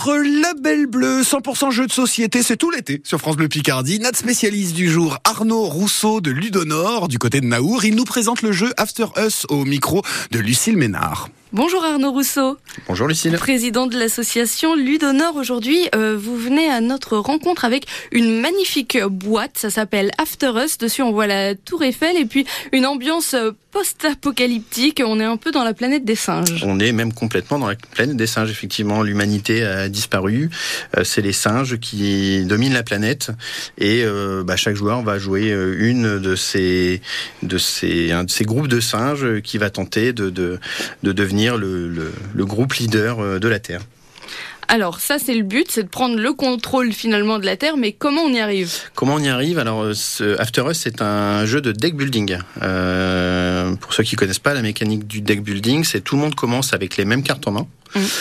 Notre label bleu 100% jeu de société, c'est tout l'été sur France Bleu Picardie. Notre spécialiste du jour, Arnaud Rousseau de Ludonor, du côté de Naour. Il nous présente le jeu After Us au micro de Lucille Ménard. Bonjour Arnaud Rousseau. Bonjour Lucille. Président de l'association Ludonor. Aujourd'hui, vous venez à notre rencontre avec une magnifique boîte. Ça s'appelle After Us. Dessus, on voit la Tour Eiffel et puis une ambiance post-apocalyptique. On est un peu dans la planète des singes. On est même complètement dans la planète des singes. Effectivement, l'humanité a disparu. C'est les singes qui dominent la planète. Et chaque joueur va jouer un de ces groupes de singes qui va tenter de devenir le groupe leader de la Terre. Alors ça c'est le but, c'est de prendre le contrôle finalement de la Terre, mais comment on y arrive ? Comment on y arrive ? Alors After Us c'est un jeu de deck building. Pour ceux qui connaissent pas la mécanique du deck building, c'est tout le monde commence avec les mêmes cartes en main.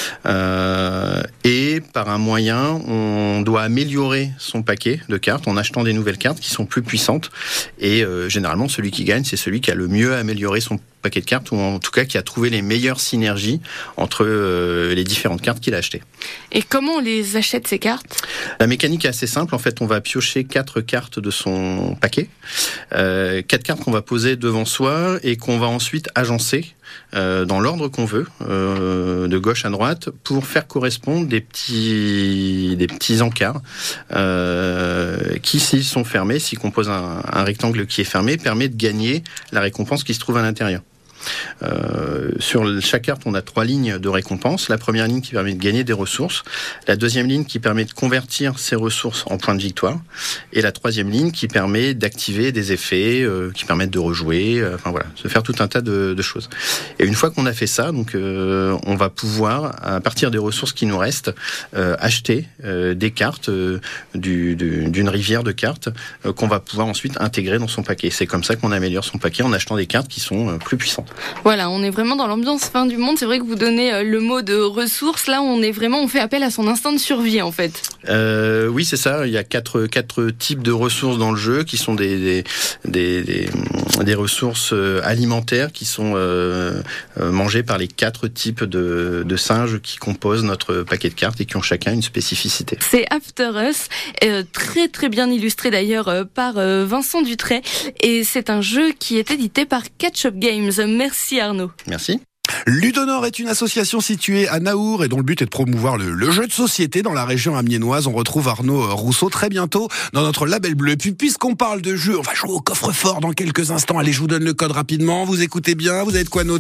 Et par un moyen, on doit améliorer son paquet de cartes en achetant des nouvelles cartes qui sont plus puissantes. Et généralement, celui qui gagne, c'est celui qui a le mieux amélioré son paquet de cartes, ou en tout cas qui a trouvé les meilleures synergies entre les différentes cartes qu'il a achetées. Et comment on les achète ces cartes ? La mécanique est assez simple. En fait, on va piocher 4 cartes de son paquet, 4 cartes qu'on va poser devant soi et qu'on va ensuite agencer dans l'ordre qu'on veut, de gauche à droite, pour faire correspondre des petits encarts qui, s'ils sont fermés, s'ils composent un rectangle qui est fermé, permet de gagner la récompense qui se trouve à l'intérieur. Sur chaque carte, on a 3 lignes de récompense. La première ligne qui permet de gagner des ressources, la deuxième ligne qui permet de convertir ces ressources en points de victoire, et la troisième ligne qui permet d'activer des effets qui permettent de rejouer, de faire tout un tas de choses. Et une fois qu'on a fait ça, donc on va pouvoir, à partir des ressources qui nous restent, acheter des cartes d'une rivière de cartes qu'on va pouvoir ensuite intégrer dans son paquet. C'est comme ça qu'on améliore son paquet en achetant des cartes qui sont plus puissantes. Voilà, on est vraiment dans l'ambiance fin du monde. C'est vrai que vous donnez le mot de ressources. Là, on fait appel à son instinct de survie, en fait. Oui, c'est ça. Il y a quatre types de ressources dans le jeu qui sont des ressources alimentaires qui sont mangées par les 4 types de singes qui composent notre paquet de cartes et qui ont chacun une spécificité. C'est After Us, très très bien illustré d'ailleurs par Vincent Dutray, et c'est un jeu qui est édité par Catch-Up Games. Merci Arnaud. Merci. Ludonor est une association située à Naour et dont le but est de promouvoir le jeu de société dans la région amiénoise. On retrouve Arnaud Rousseau très bientôt dans notre label bleu. Et puis puisqu'on parle de jeu, on va jouer au coffre-fort dans quelques instants. Allez, je vous donne le code rapidement. Vous écoutez bien, vous avez de quoi noter.